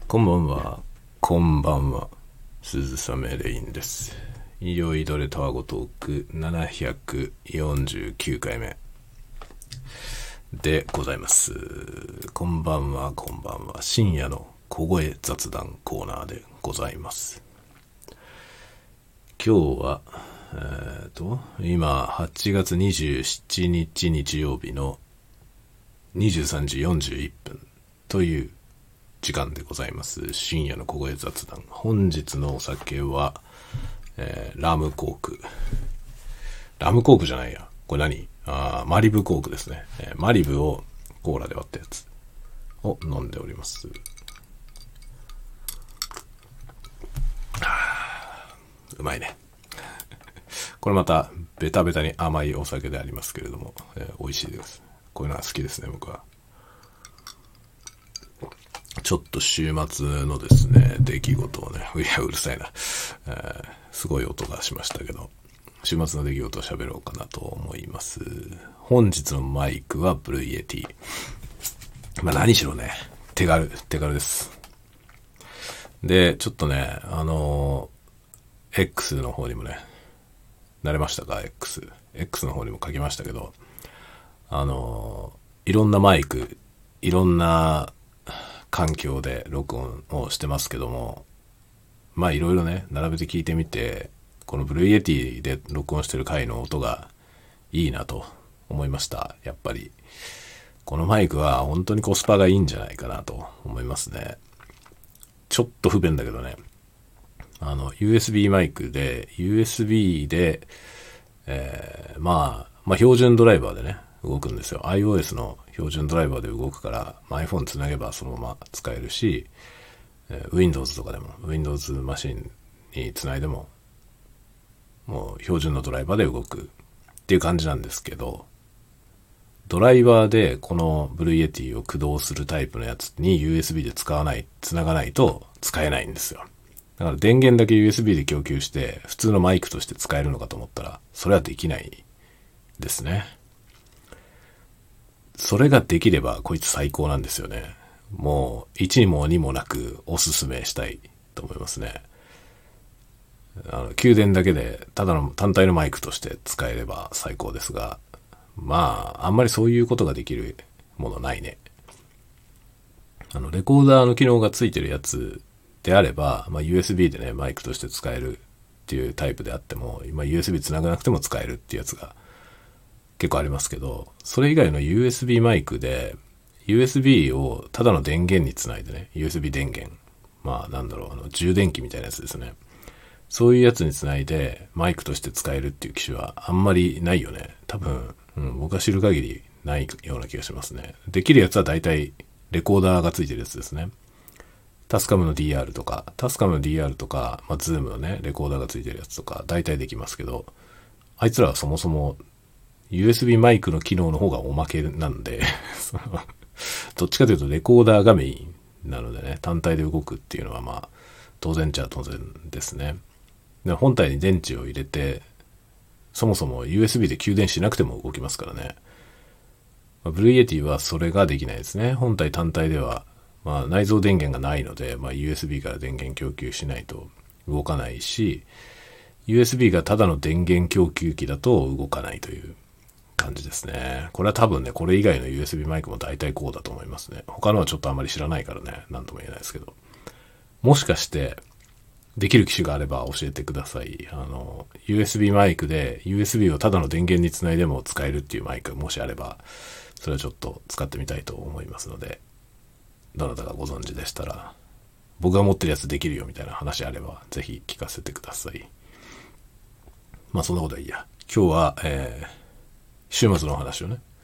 こんばんは。こんばんは。鈴雨レインです。いよいどれタワゴトーク749回目でございます。こんばんは、こんばんは。深夜の小声雑談コーナーでございます。今日は、今8月27日日曜日の23時41分という時間でございます。深夜の小声雑談。本日のお酒は、ラムコーク。ラムコークじゃないや。これ何？マリブコークですね。マリブをコーラで割ったやつを飲んでおります。うまいね。これまたベタベタに甘いお酒でありますけれども、美味しいです。こういうのは好きですね、僕は。ちょっと週末のですね、出来事をね、いや、うるさいな、すごい音がしましたけど、週末の出来事を喋ろうかなと思います。本日のマイクはブルーイエティ。何しろね、手軽です。で、ちょっとね、X の方にもね、慣れましたか？ X の方にも書きましたけど、いろんなマイク、いろんな環境で録音をしてますけども、いろいろね並べて聞いてみて、このブルーイエティで録音してる回の音がいいなと思いました。やっぱりこのマイクは本当にコスパがいいんじゃないかなと思いますね。ちょっと不便だけどね、USB マイクで USB で、標準ドライバーでね動くんですよ。 iOS の標準ドライバーで動くから、iPhone つなげばそのまま使えるし、Windows とかでも Windows マシンにつないでももう標準のドライバーで動くっていう感じなんですけど、ドライバーでこのブルーイエティを駆動するタイプのやつに USB でつながないと使えないんですよ。だから電源だけ USB で供給して普通のマイクとして使えるのかと思ったら、それはできないですね。それができればこいつ最高なんですよね。もう1にも2もなくおすすめしたいと思いますね。給電だけでただの単体のマイクとして使えれば最高ですが、あんまりそういうことができるものないね。レコーダーの機能がついてるやつであれば、USB でねマイクとして使えるっていうタイプであっても、今 USB つながなくても使えるっていうやつが結構ありますけど、それ以外の USB マイクで USB をただの電源につないでね、 USB 電源、充電器みたいなやつですね。そういうやつにつないでマイクとして使えるっていう機種はあんまりないよね。多分、僕が知る限りないような気がしますね。できるやつは大体レコーダーがついてるやつですね。タスカムの DR とか、Zoom のね、レコーダーがついてるやつとか、大体できますけど、あいつらはそもそも USB マイクの機能の方がおまけなんでどっちかというとレコーダーがメインなのでね、単体で動くっていうのは当然っちゃ当然ですね。で本体に電池を入れて、そもそも USB で給電しなくても動きますからね。ブルーイエティはそれができないですね。本体単体では、内蔵電源がないので、USB から電源供給しないと動かないし、USB がただの電源供給器だと動かないという感じですね。これは多分ね、これ以外の USB マイクも大体こうだと思いますね。他のはちょっとあまり知らないからね、なんとも言えないですけど。もしかしてできる機種があれば教えてください。USB マイクで USB をただの電源につないでも使えるっていうマイクもしあれば、それはちょっと使ってみたいと思いますので、どなたがご存知でしたら、僕が持ってるやつできるよみたいな話あればぜひ聞かせてください。そんなことはいいや。今日は、週末の話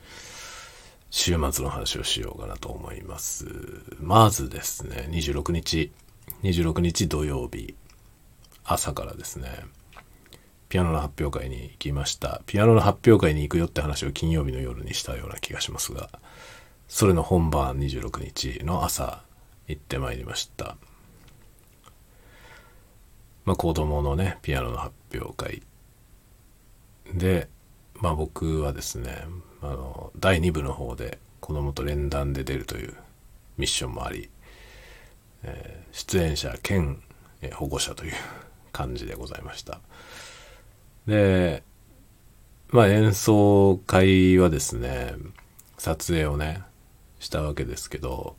をしようかなと思います。まずですね、26日土曜日朝からですね、ピアノの発表会に行きました。ピアノの発表会に行くよって話を金曜日の夜にしたような気がしますが、それの本番26日の朝行ってまいりました。子供のねピアノの発表会で、僕はですね、第2部の方で子供と連弾で出るというミッションもあり、 出演者兼、保護者という感じでございました。で、まあ演奏会はですね、撮影をね、したわけですけど、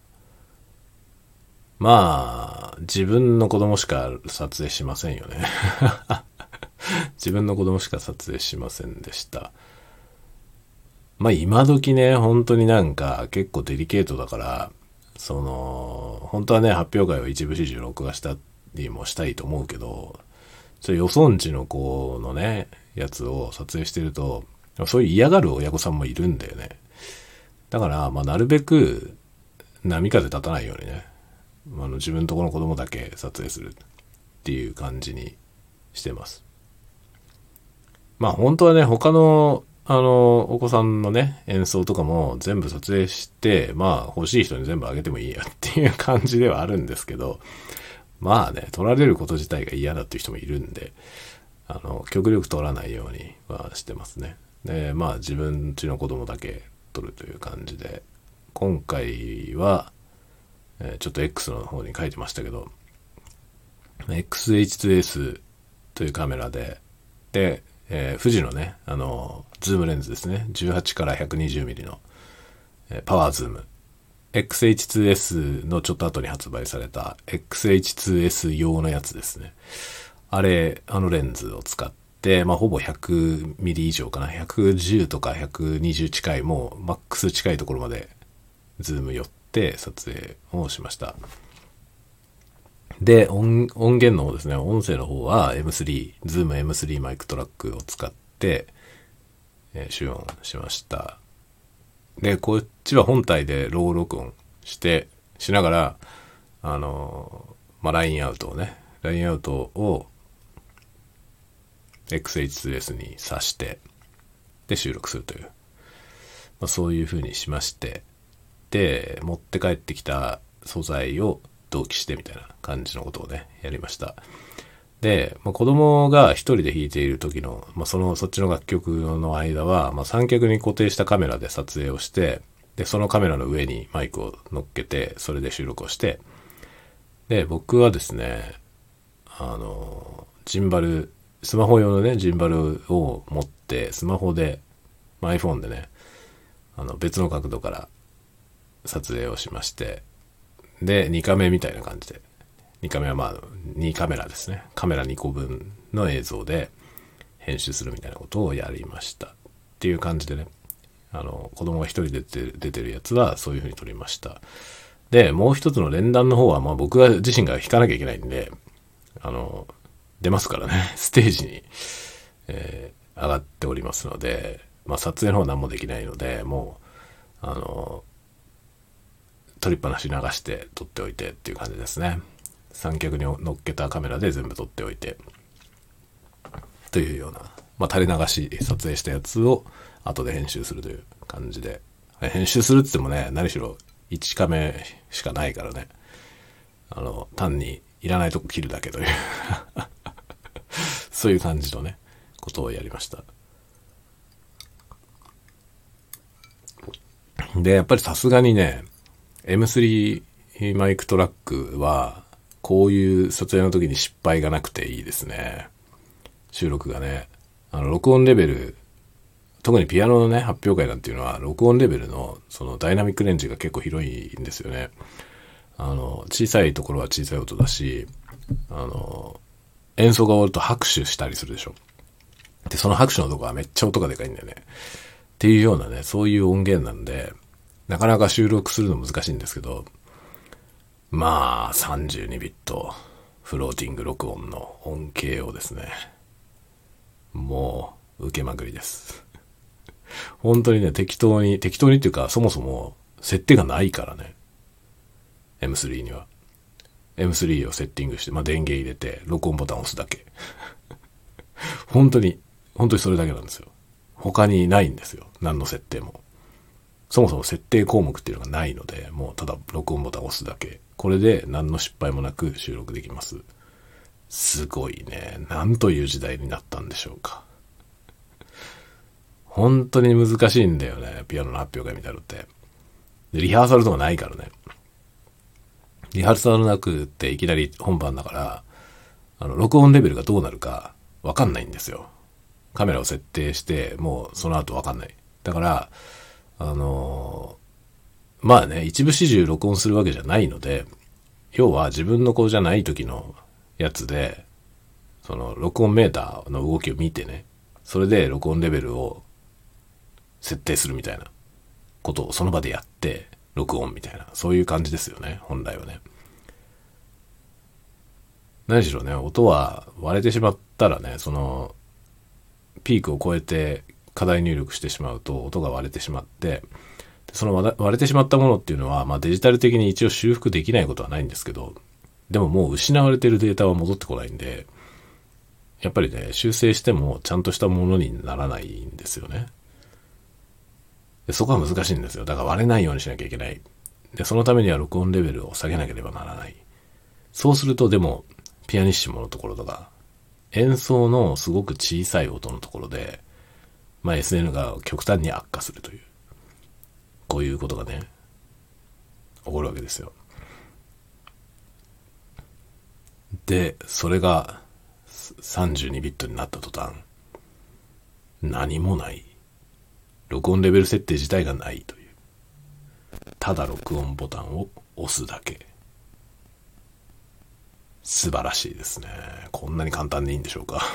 まあ、自分の子供しか撮影しませんよね。自分の子供しか撮影しませんでした。まあ今時ね、本当になんか結構デリケートだから、本当はね、発表会を一部始終録画したりもしたいと思うけど、それよそんちの子のね、やつを撮影してると、そういう嫌がる親御さんもいるんだよね。だから、まあなるべく波風立たないようにね、自分のところの子供だけ撮影するっていう感じにしてます。まあ本当はね、他のお子さんのね、演奏とかも全部撮影して、まあ欲しい人に全部あげてもいいやっていう感じではあるんですけど、まあね、撮られること自体が嫌だっていう人もいるんで、極力撮らないようにはしてますね。で、まあ自分家の子供だけ撮るという感じで、今回は、ちょっと X の方に書いてましたけど、XH2S というカメラで、富士のね、ズームレンズですね。18から 120mm の、パワーズーム。XH2S のちょっと後に発売された XH2S 用のやつですね。あれ、レンズを使って、まあ、ほぼ 100mm 以上かな。110とか120近い、もうマックス近いところまでズーム寄って撮影をしました。で、音源の方ですね、音声の方は M3、Zoom M3 マイクトラックを使って、集音しました。で、こっちは本体でロー録音しながら、まあ、ラインアウトを XH2S に挿して、で、収録するという。まあ、そういう風にしまして、で、持って帰ってきた素材を同期してみたいな感じのことをね、やりました。で、まあ、子供が一人で弾いている時の、まあ、そっちの楽曲の間は、まあ、三脚に固定したカメラで撮影をして、で、そのカメラの上にマイクを乗っけて、それで収録をして、で、僕はですね、ジンバル、スマホ用のね、ジンバルを持って、スマホで、まあ、iPhone でね、別の角度から撮影をしまして、で、2カメみたいな感じで、2カメはまあ、2カメラですね。カメラ2個分の映像で編集するみたいなことをやりました。っていう感じでね、子供が一人出てるやつはそういう風に撮りました。で、もう一つの連弾の方は、まあ僕自身が弾かなきゃいけないんで、出ますからね、ステージに、上がっておりますので、まあ撮影の方は何もできないので、もう、撮りっぱなし流して撮っておいてっていう感じですね。三脚に乗っけたカメラで全部撮っておいて、というような、まあ垂れ流し撮影したやつを後で編集するという感じで、編集するって言ってもね、何しろ1カメしかないからね、単にいらないとこ切るだけというそういう感じのね、ことをやりました。で、やっぱりさすがにね、M3 マイクトラックは、こういう撮影の時に失敗がなくていいですね。収録がね。録音レベル、特にピアノのね、発表会なんていうのは、録音レベルの、そのダイナミックレンジが結構広いんですよね。小さいところは小さい音だし、演奏が終わると拍手したりするでしょ。で、その拍手のとこはめっちゃ音がでかいんだよね。っていうようなね、そういう音源なんで、なかなか収録するの難しいんですけど、まあ、32ビットフローティング録音の音形をですね、もう受けまくりです。本当にね、適当にっていうか、そもそも設定がないからね。M3 には。M3 をセッティングして、まあ、電源入れて、録音ボタンを押すだけ。本当にそれだけなんですよ。他にないんですよ。何の設定も。そもそも設定項目っていうのがないので、もうただ録音ボタンを押すだけ。これで何の失敗もなく収録できます。すごいね。なんという時代になったんでしょうか。本当に難しいんだよね。ピアノの発表会みたいなのって。でリハーサルとかないからね。 リハーサルなくっていきなり本番だから、録音レベルがどうなるかわかんないんですよ。カメラを設定して、もうその後わかんない。だから、まあね、一部始終録音するわけじゃないので、要は自分の子じゃない時のやつで、その録音メーターの動きを見てね、それで録音レベルを設定するみたいなことをその場でやって、録音みたいな、そういう感じですよね、本来はね。何しろね、音は割れてしまったらね、その、ピークを超えて課題入力してしまうと音が割れてしまって、その割れてしまったものっていうのは、まあデジタル的に一応修復できないことはないんですけど、でももう失われてるデータは戻ってこないんで、やっぱりね、修正してもちゃんとしたものにならないんですよね。でそこは難しいんですよ。だから割れないようにしなきゃいけない。で、そのためには録音レベルを下げなければならない。そうするとでも、ピアニッシモのところとか、演奏のすごく小さい音のところで、まあ SN が極端に悪化するという、こういうことがね、起こるわけですよ。で、それが32ビットになった途端、何もない。録音レベル設定自体がないという。ただ録音ボタンを押すだけ。素晴らしいですね。こんなに簡単でいいんでしょうか。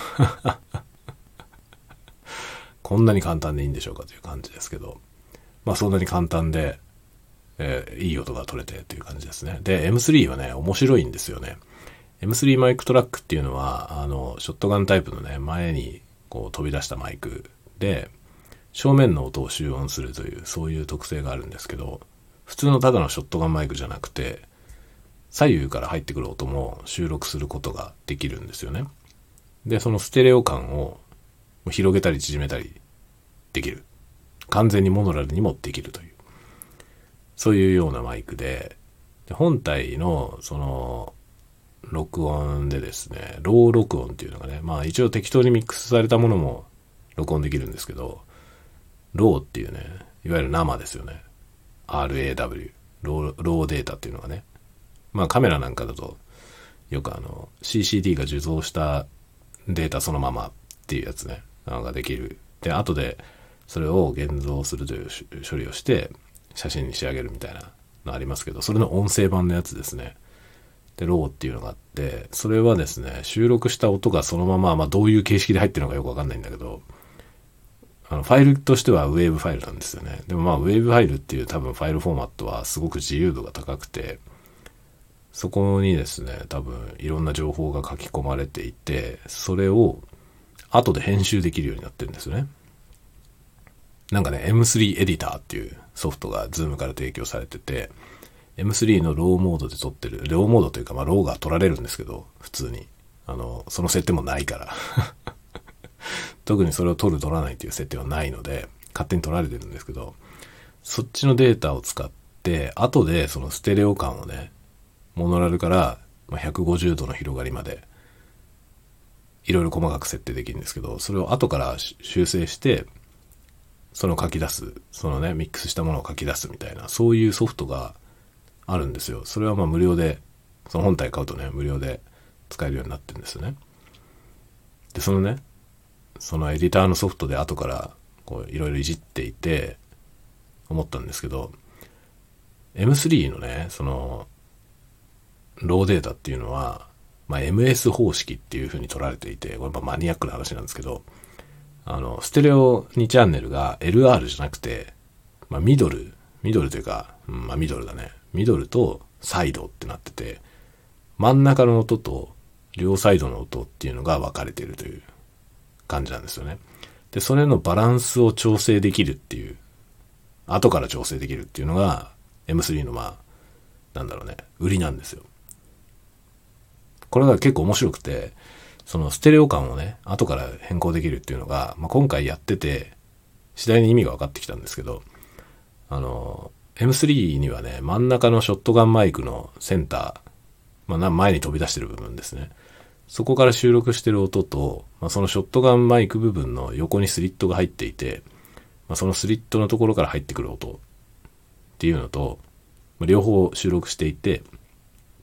こんなに簡単でいいんでしょうかという感じですけど。まあそんなに簡単で、いい音が取れてという感じですね。で、M3 はね、面白いんですよね。M3 マイクトラックっていうのは、ショットガンタイプのね、前にこう飛び出したマイクで、正面の音を集音するという、そういう特性があるんですけど、普通のただのショットガンマイクじゃなくて、左右から入ってくる音も収録することができるんですよね。で、そのステレオ感を広げたり縮めたりできる。完全にモノラルにもできるという。そういうようなマイクで、本体のその録音でですね、ロー録音っていうのがね、まあ一応適当にミックスされたものも録音できるんですけど、ローっていうね、いわゆる生ですよね。RAW、ローデータっていうのがね、まあカメラなんかだとよくCCD が受像したデータそのままっていうやつね、ができる。で、後でそれを現像するという処理をして写真に仕上げるみたいなのありますけど、それの音声版のやつですね。で、ローっていうのがあって、それはですね、収録した音がそのまま、まあどういう形式で入ってるのかよくわかんないんだけど、ファイルとしてはウェーブファイルなんですよね。でもまあウェーブファイルっていう多分ファイルフォーマットはすごく自由度が高くて、そこにですね、多分いろんな情報が書き込まれていて、それを後で編集できるようになってるんですよね。なんかね、M3 エディターっていうソフトが Zoom から提供されてて、M3 のローモードで撮ってる、ローモードというか、まあローが撮られるんですけど、普通に。その設定もないから。特にそれを撮る撮らないという設定はないので、勝手に撮られてるんですけど、そっちのデータを使って、後でそのステレオ感をね、モノラルから150度の広がりまで、いろいろ細かく設定できるんですけど、それを後から修正して、その書き出す、そのね、ミックスしたものを書き出すみたいな、そういうソフトがあるんですよ。それはまあ無料で、その本体買うとね、無料で使えるようになってるんですよね。で、そのね、そのエディターのソフトで後からこういろいろいじっていて思ったんですけど、M3 のね、そのローデータっていうのは、まあ、MS 方式っていう風に取られていて、これマニアックな話なんですけど、ステレオ2チャンネルが LR じゃなくて、まあ、ミドルというか、まあ、ミドルだね。ミドルとサイドってなってて、真ん中の音と両サイドの音っていうのが分かれているという感じなんですよね。で、それのバランスを調整できるっていう、後から調整できるっていうのが M3 のまあ、なんだろうね、売りなんですよ。これが結構面白くて、そのステレオ感をね、後から変更できるっていうのが、まあ、今回やってて、次第に意味が分かってきたんですけど、M3 にはね、真ん中のショットガンマイクのセンター、まあ、前に飛び出してる部分ですね。そこから収録してる音と、まあ、そのショットガンマイク部分の横にスリットが入っていて、まあ、そのスリットのところから入ってくる音っていうのと、まあ、両方収録していて、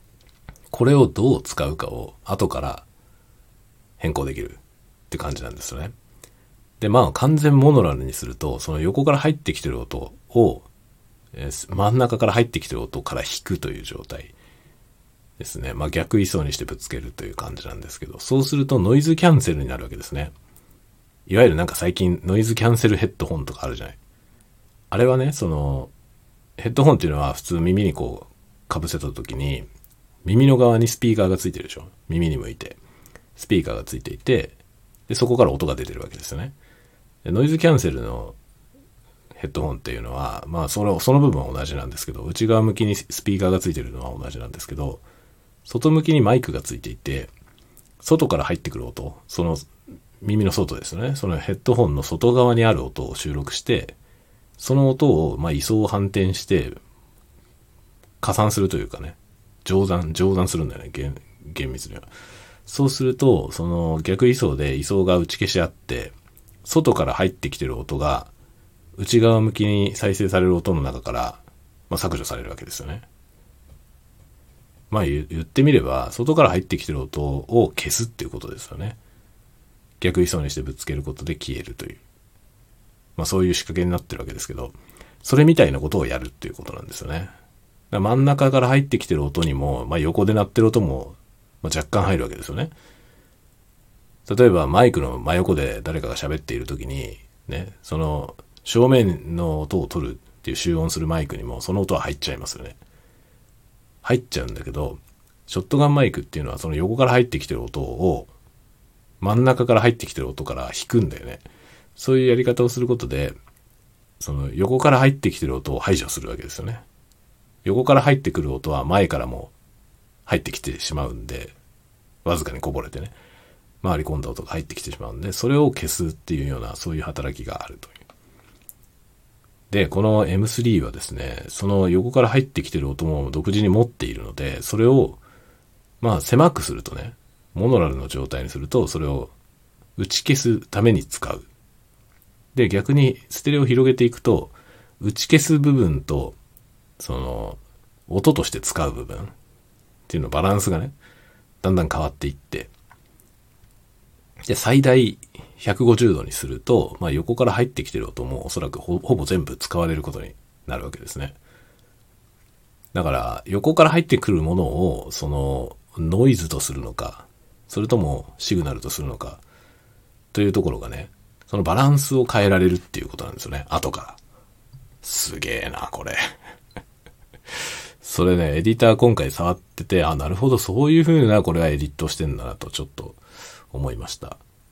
これをどう使うかを後から変更できるって感じなんですよね。で、まあ完全モノラルにすると、その横から入ってきてる音を、真ん中から入ってきてる音から引くという状態ですね。まあ逆位相にしてぶつけるという感じなんですけど、そうするとノイズキャンセルになるわけですね。いわゆるなんか最近ノイズキャンセルヘッドホンとかあるじゃない。あれはね、そのヘッドホンっていうのは普通耳にこう被せた時に耳の側にスピーカーがついてるでしょ。耳に向いてスピーカーがついていて、でそこから音が出てるわけですよね。でノイズキャンセルのヘッドホンっていうのは、まあその部分は同じなんですけど、内側向きにスピーカーがついてるのは同じなんですけど、外向きにマイクがついていて、外から入ってくる音、その耳の外ですよね。そのヘッドホンの外側にある音を収録して、その音をまあ位相を反転して加算するというかね、乗算するんだよね、厳密には。そうすると、その逆位相で位相が打ち消し合って、外から入ってきてる音が内側向きに再生される音の中から、まあ、削除されるわけですよね。まあ言ってみれば、外から入ってきてる音を消すっていうことですよね。逆位相にしてぶつけることで消えるという。まあそういう仕掛けになってるわけですけど、それみたいなことをやるっていうことなんですよね。真ん中から入ってきてる音にも、まあ横で鳴ってる音も、まあ、若干入るわけですよね。例えばマイクの真横で誰かが喋っているときに、ね、その正面の音を取るっていう集音するマイクにもその音は入っちゃいますよね。入っちゃうんだけど、ショットガンマイクっていうのはその横から入ってきてる音を真ん中から入ってきてる音から引くんだよね。そういうやり方をすることで、その横から入ってきてる音を排除するわけですよね。横から入ってくる音は前からも入ってきてしまうんで、わずかにこぼれてね、回り込んだ音が入ってきてしまうんで、それを消すっていうようなそういう働きがあるという。で、この M3 はですね、その横から入ってきてる音も独自に持っているので、それをまあ狭くするとね、モノラルの状態にすると、それを打ち消すために使う。で、逆にステレオを広げていくと、打ち消す部分と、その、音として使う部分っていうのバランスがね、だんだん変わっていって、で、最大150度にすると、まあ横から入ってきてる音もおそらくほぼ全部使われることになるわけですね。だから、横から入ってくるものを、その、ノイズとするのか、それともシグナルとするのか、というところがね、そのバランスを変えられるっていうことなんですよね。後から。すげえな、これ。それね、エディター今回触ってて、あ、なるほど、そういう風なこれはエディットしてんだなとちょっと思いました。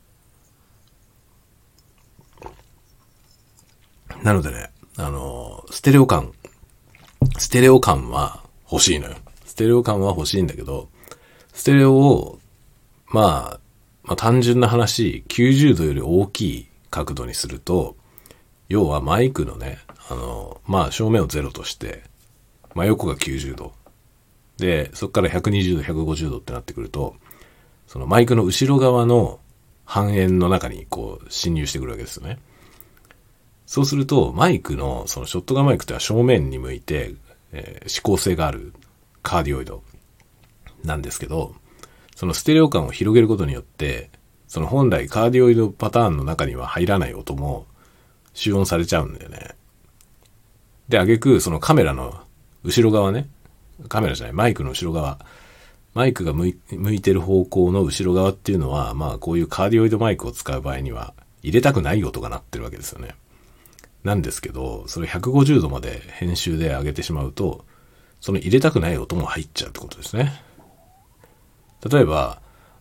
なのでね、ステレオ感は欲しいのよ。ステレオ感は欲しいんだけど、ステレオを、まあ単純な話、90度より大きい角度にすると、要はマイクのね、まあ正面を0として、真横が90度。で、そこから120度、150度ってなってくると、そのマイクの後ろ側の半円の中にこう侵入してくるわけですよね。そうすると、マイクの、そのショットガンマイクってのは正面に向いて、指向性があるカーディオイドなんですけど、そのステレオ感を広げることによって、その本来カーディオイドパターンの中には入らない音も集音されちゃうんだよね。で、挙句そのカメラの後ろ側ね、カメラじゃない、マイクの後ろ側、マイクが向いてる方向の後ろ側っていうのは、まあこういうカーディオイドマイクを使う場合には入れたくない音が鳴ってるわけですよね。なんですけど、それ150度まで編集で上げてしまうと、その入れたくない音も入っちゃうってことですね。例えば、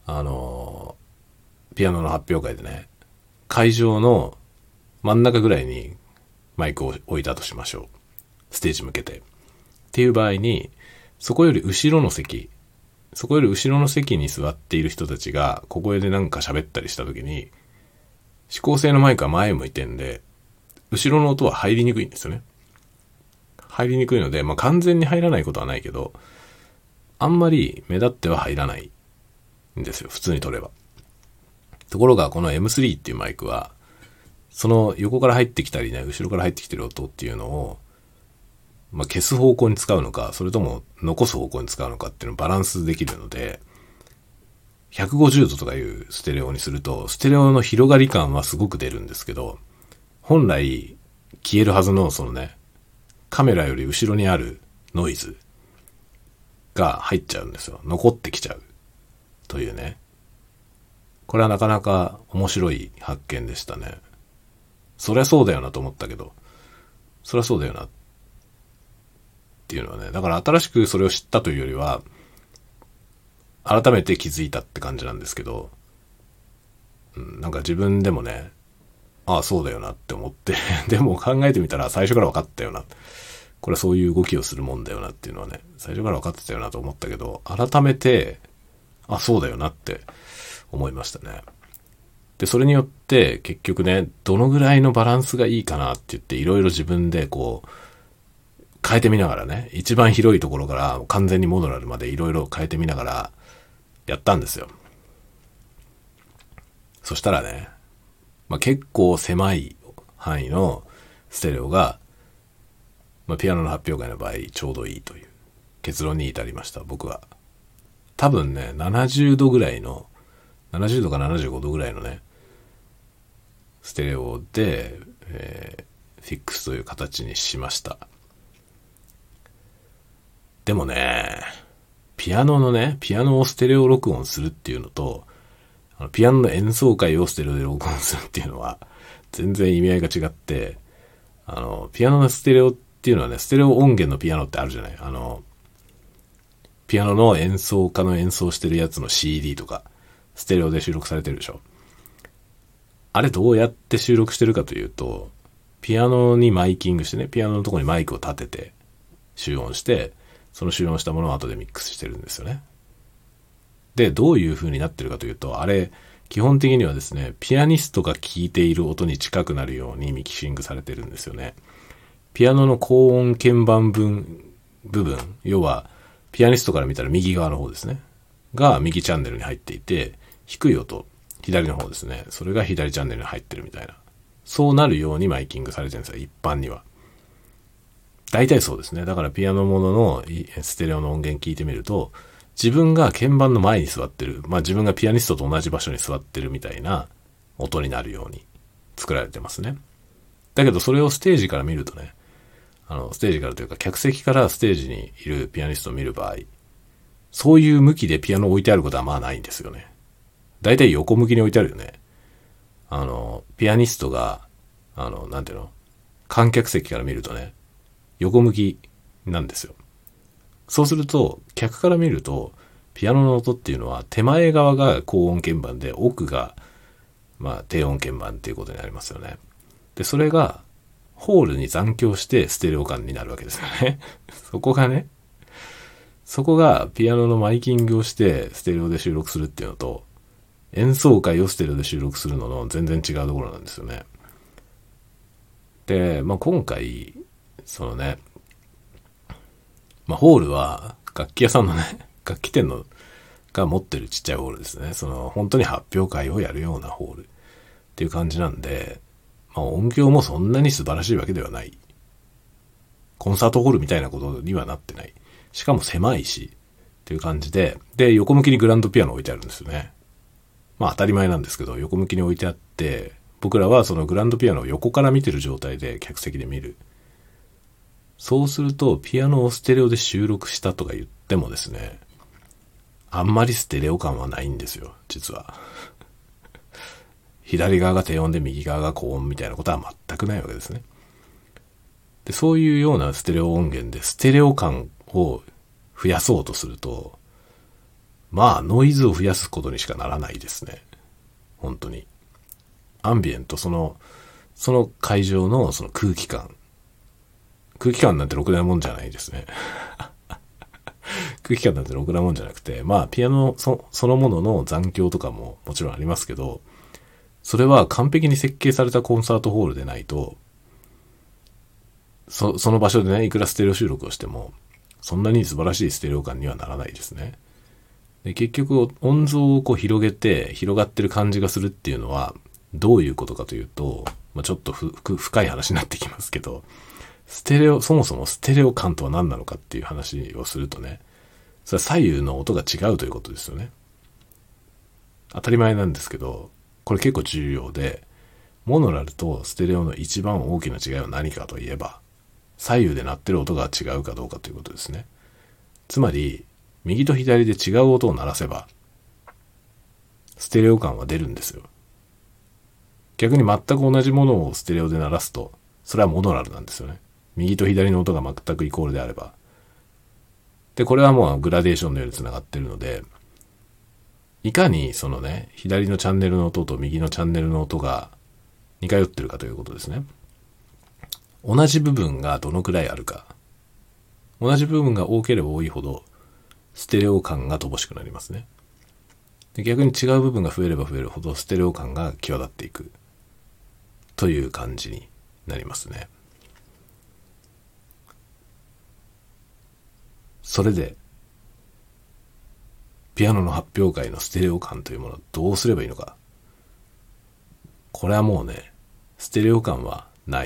ピアノの発表会でね、会場の真ん中ぐらいにマイクを置いたとしましょう。ステージ向けて。っていう場合に、そこより後ろの席に座っている人たちが小声でなんか喋ったりした時に、指向性のマイクは前を向いてんで、後ろの音は入りにくいんですよね。入りにくいので、まあ完全に入らないことはないけど、あんまり目立っては入らないんですよ。普通に撮れば。ところがこの M3 っていうマイクは、その横から入ってきたりね、後ろから入ってきてる音っていうのを、 消す方向に使うのか、それとも残す方向に使うのかっていうのをバランスできるので、150度とかいうステレオにすると、ステレオの広がり感はすごく出るんですけど、本来消えるはずのそのね、カメラより後ろにあるノイズが入っちゃうんですよ。残ってきちゃうというね。これはなかなか面白い発見でしたね。そりゃそうだよなと思ったけど、そりゃそうだよなっていうのはね、だから新しくそれを知ったというよりは、改めて気づいたって感じなんですけど、なんか自分でもね、ああそうだよなって思ってでも考えてみたら最初から分かったよな、これはそういう動きをするもんだよなっていうのはね、最初から分かってたよなと思ったけど、改めてあそうだよなって思いましたね。でそれによって結局ね、どのぐらいのバランスがいいかなって言っていろいろ自分でこう変えてみながらね、一番広いところから完全にモノラルまでいろいろ変えてみながらやったんですよ。そしたらね、結構狭い範囲のステレオが、ピアノの発表会の場合ちょうどいいという結論に至りました。僕は多分ね、70度ぐらいの、70度か75度ぐらいのねステレオで、フィックスという形にしました。でもね、ピアノをステレオ録音するっていうのと、ピアノの演奏会をステレオで録音するっていうのは全然意味合いが違って、ピアノのステレオっていうのはね、ステレオ音源のピアノってあるじゃない。ピアノの演奏家の演奏してるやつの CD とかステレオで収録されてるでしょ。あれどうやって収録してるかというと、ピアノにマイキングしてね、ピアノのところにマイクを立てて集音して、その集音したものを後でミックスしてるんですよね。でどういう風になってるかというと、あれ基本的にはですね、ピアニストが聴いている音に近くなるようにミキシングされてるんですよね。ピアノの高音鍵盤部分、要はピアニストから見たら右側の方ですねが右チャンネルに入っていて、低い音左の方ですね、それが左チャンネルに入ってるみたいな、そうなるようにマイキングされてるんですよ、一般には。大体そうですね。だからピアノもののステレオの音源聞いてみると、自分が鍵盤の前に座ってる、自分がピアニストと同じ場所に座ってるみたいな音になるように作られてますね。だけどそれをステージから見るとね、ステージからというか客席からステージにいるピアニストを見る場合、そういう向きでピアノを置いてあることはないんですよね。大体横向きに置いてあるよね。ピアニストがなんていうの、観客席から見るとね、横向きなんですよ。そうすると客から見るとピアノの音っていうのは手前側が高音鍵盤で奥が低音鍵盤っていうことになりますよね。でそれがホールに残響してステレオ感になるわけですよねそこがピアノのマイキングをしてステレオで収録するっていうのと、演奏会をステレオで収録するのの全然違うところなんですよね。で、今回そのね、ホールは楽器屋さんのね、楽器店のが持ってるちっちゃいホールですね。その本当に発表会をやるようなホールっていう感じなんで、音響もそんなに素晴らしいわけではない。コンサートホールみたいなことにはなってない。しかも狭いしっていう感じで、横向きにグランドピアノ置いてあるんですよね。当たり前なんですけど、横向きに置いてあって、僕らはそのグランドピアノを横から見てる状態で客席で見る。そうするとピアノをステレオで収録したとか言ってもですね、あんまりステレオ感はないんですよ、実は。左側が低音で右側が高音みたいなことは全くないわけですね。で、そういうようなステレオ音源でステレオ感を増やそうとすると、ノイズを増やすことにしかならないですね。本当に。アンビエント、その会場のその空気感なんてろくなもんじゃないですね空気感なんてろくなもんじゃなくて、ピアノそのものの残響とかももちろんありますけど、それは完璧に設計されたコンサートホールでないと、その場所でね、いくらステレオ収録をしてもそんなに素晴らしいステレオ感にはならないですね。で結局音像を広げて広がってる感じがするっていうのはどういうことかというと、ちょっと深い話になってきますけど、 そもそもステレオ感とは何なのかっていう話をするとね、それは左右の音が違うということですよね。当たり前なんですけど、これ結構重要で、モノラルとステレオの一番大きな違いは何かといえば、左右で鳴ってる音が違うかどうかということですね。つまり、右と左で違う音を鳴らせば、ステレオ感は出るんですよ。逆に全く同じものをステレオで鳴らすと、それはモノラルなんですよね。右と左の音が全くイコールであれば。で、これはもうグラデーションのように繋がってるので、いかにそのね、左のチャンネルの音と右のチャンネルの音が似通ってるかということですね。同じ部分がどのくらいあるか。同じ部分が多ければ多いほど、ステレオ感が乏しくなりますね。で、逆に違う部分が増えれば増えるほど、ステレオ感が際立っていく。という感じになりますね。それで、ピアノの発表会のステレオ感というものをどうすればいいのか。これはもうね、ステレオ感はない。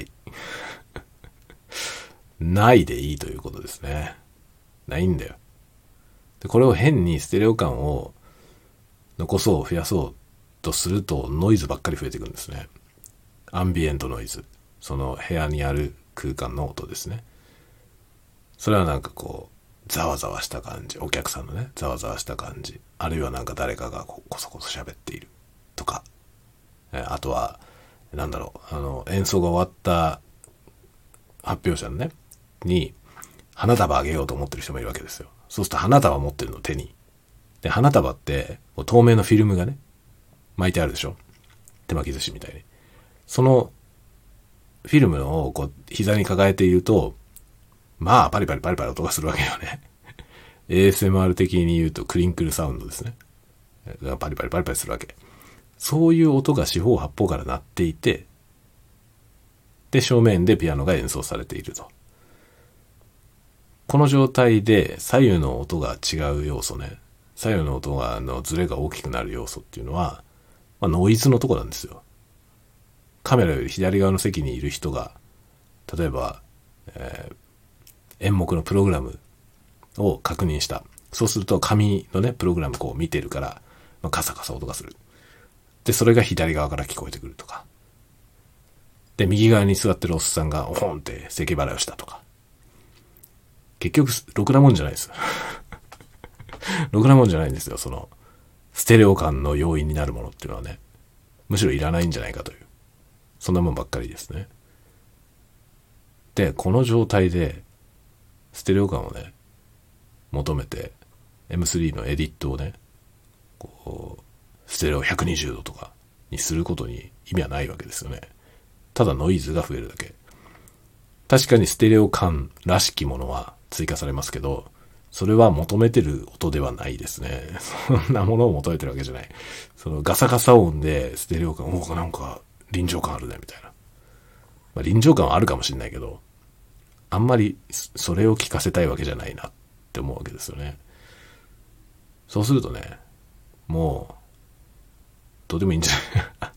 ないでいいということですね。ないんだよ。で、これを変にステレオ感を残そう、増やそうとするとノイズばっかり増えていくんですね。アンビエントノイズ。その部屋にある空間の音ですね。それはなんかこう、ざわざわした感じ。お客さんのね、ざわざわした感じ。あるいはなんか誰かがこそこそ喋っている。とか。あとは、なんだろう、演奏が終わった発表者のね、に、花束あげようと思ってる人もいるわけですよ。そうすると花束持ってるの手に。で、花束って、透明のフィルムがね、巻いてあるでしょ。手巻き寿司みたいに。そのフィルムをこう膝に抱えていると、まあパリパリパリパリ音がするわけよね。ASMR 的に言うとクリンクルサウンドですね。パリパリパリパリするわけ。そういう音が四方八方から鳴っていて、で正面でピアノが演奏されていると。この状態で左右の音が違う要素ね。左右の音がズレが大きくなる要素っていうのは、ノイズのとこなんですよ。カメラより左側の席にいる人が、例えば、演目のプログラムを確認した。そうすると紙のね、プログラムこう見てるから、カサカサ音がする。で、それが左側から聞こえてくるとか。で、右側に座ってるおっさんが、オンって咳払いをしたとか。結局、ろくなもんじゃないです。ろくなもんじゃないんですよ。その、ステレオ感の要因になるものっていうのはね。むしろいらないんじゃないかという。そんなもんばっかりですね。で、この状態で、ステレオ感をね、求めて、M3 のエディットをね、こう、ステレオ120度とかにすることに意味はないわけですよね。ただノイズが増えるだけ。確かにステレオ感らしきものは追加されますけど、それは求めてる音ではないですね。そんなものを求めてるわけじゃない。そのガサガサ音でステレオ感、なんか臨場感あるね、みたいな。臨場感はあるかもしれないけど、あんまりそれを聞かせたいわけじゃないなって思うわけですよね。そうするとね、もう、どうでもいいんじゃない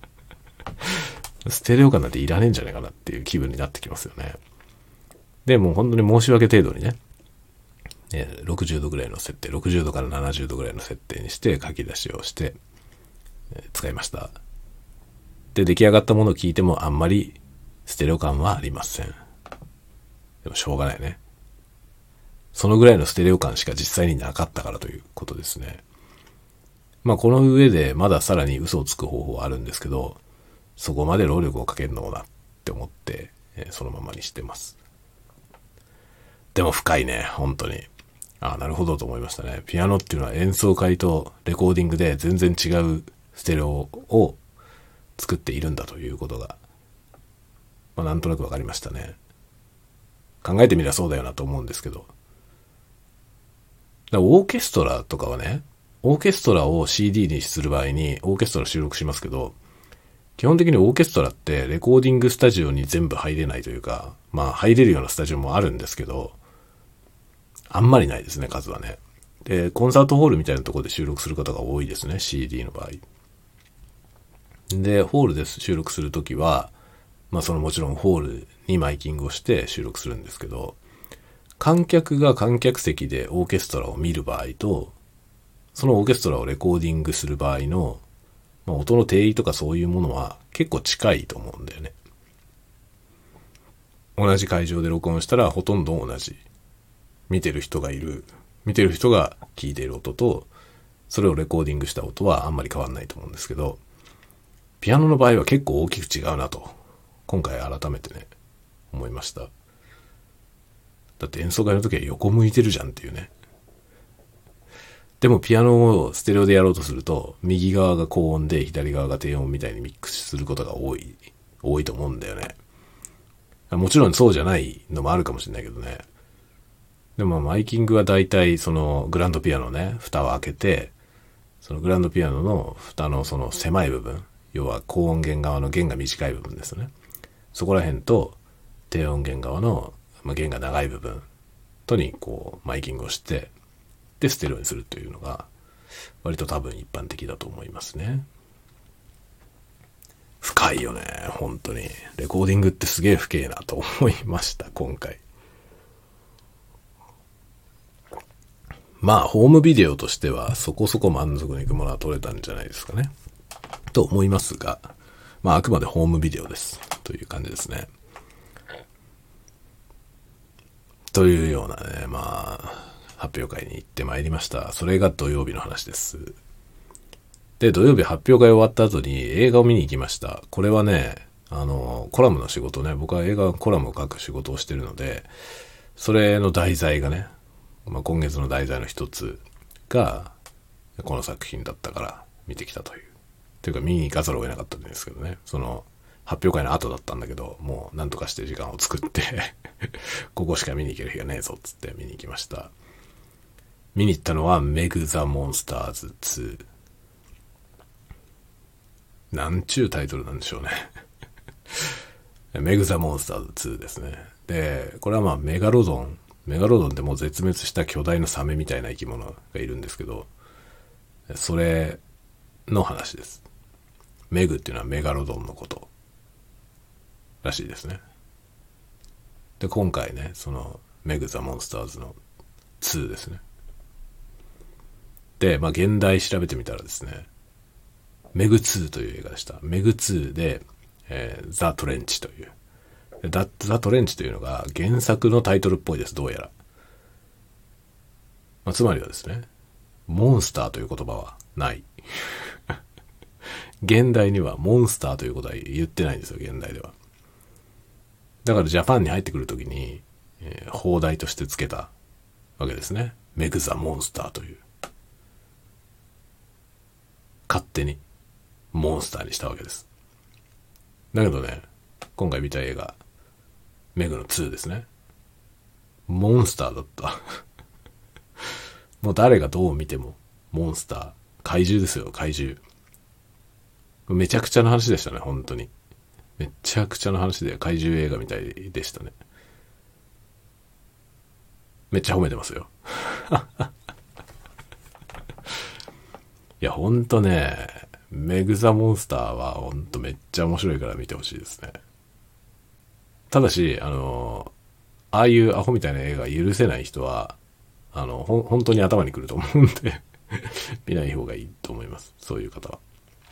ステレオ感なんていらねえんじゃないかなっていう気分になってきますよね。で、もう本当に申し訳程度にね、60度ぐらいの設定、60度から70度ぐらいの設定にして書き出しをして、使いました。で、出来上がったものを聞いてもあんまりステレオ感はありません。でもしょうがないね。そのぐらいのステレオ感しか実際になかったからということですね。この上でまださらに嘘をつく方法はあるんですけど、そこまで労力をかけるのもなって思って、そのままにしてます。でも深いね、本当に。なるほどと思いましたね。ピアノっていうのは演奏会とレコーディングで全然違うステレオを作っているんだということが、なんとなくわかりましたね。考えてみればそうだよなと思うんですけど。オーケストラとかはね、オーケストラを CD にする場合にオーケストラ収録しますけど、基本的にオーケストラってレコーディングスタジオに全部入れないというか、入れるようなスタジオもあるんですけど、あんまりないですね、数はね。で、コンサートホールみたいなところで収録する方が多いですね、CD の場合。で、ホールで収録するときは、 まあそのもちろんホールにマイキングをして収録するんですけど、観客が観客席でオーケストラを見る場合と、そのオーケストラをレコーディングする場合の、まあ、音の定義とかそういうものは結構近いと思うんだよね。同じ会場で録音したらほとんど同じ。見てる人が聞いている音と、それをレコーディングした音はあんまり変わんないと思うんですけど、ピアノの場合は結構大きく違うなと、今回改めてね、思いました。だって演奏会の時は横向いてるじゃんっていうね。でもピアノをステレオでやろうとすると、右側が高音で左側が低音みたいにミックスすることが多いと思うんだよね。もちろんそうじゃないのもあるかもしれないけどね。でもマイキングはだいたいそのグランドピアノのね、蓋を開けて、そのグランドピアノの蓋のその狭い部分、要は高音弦側の弦が短い部分ですね。そこら辺と低音弦側の弦が長い部分とにこうマイキングをして、でステレオにするというのが割と多分一般的だと思いますね。深いよね、本当に。レコーディングってすげえ深えなと思いました、今回。まあ、ホームビデオとしてはそこそこ満足のいくものは撮れたんじゃないですかね。と思いますが、まあ、あくまでホームビデオです。という感じですね。というようなね、まあ、発表会に行ってまいりました。それが土曜日の話です。で、土曜日発表会終わった後に映画を見に行きました。これはね、コラムの仕事ね、僕は映画コラムを書く仕事をしてるので、それの題材がね、まあ、今月の題材の一つが、この作品だったから見てきたという。というか見に行かざるを得なかったんですけどね、その、発表会の後だったんだけど、もう何とかして時間を作ってここしか見に行ける日がねえぞっつって見に行きました。見に行ったのはメグ・ザ・モンスターズ2。なんちゅうタイトルなんでしょうねメグ・ザ・モンスターズ2ですね。で、これはまあメガロドンってもう絶滅した巨大なサメみたいな生き物がいるんですけど、それの話です。メグっていうのはメガロドンのことらしいですね。で、今回ね、そのメグ・ザ・モンスターズの2ですね。で、まあ現代調べてみたらですね、メグ2という映画でした。メグ2で、ザ・トレンチという。ザ・トレンチというのが原作のタイトルっぽいです、どうやら。まあ、つまりはですね、モンスターという言葉はない。現代にはモンスターということは言ってないんですよ、現代では。だからジャパンに入ってくるときに、放題としてつけたわけですね。メグ・ザ・モンスターという。勝手にモンスターにしたわけです。だけどね、今回見た映画、メグの2ですね。モンスターだった。もう誰がどう見てもモンスター。怪獣ですよ、怪獣。めちゃくちゃな話でしたね、本当に。めちゃくちゃな話で怪獣映画みたいでしたね。めっちゃ褒めてますよ。いや、ほんとね、メグ・ザ・モンスターはほんとめっちゃ面白いから見てほしいですね。ただし、ああいうアホみたいな映画許せない人は、本当に頭にくると思うんで見ない方がいいと思います。そういう方は。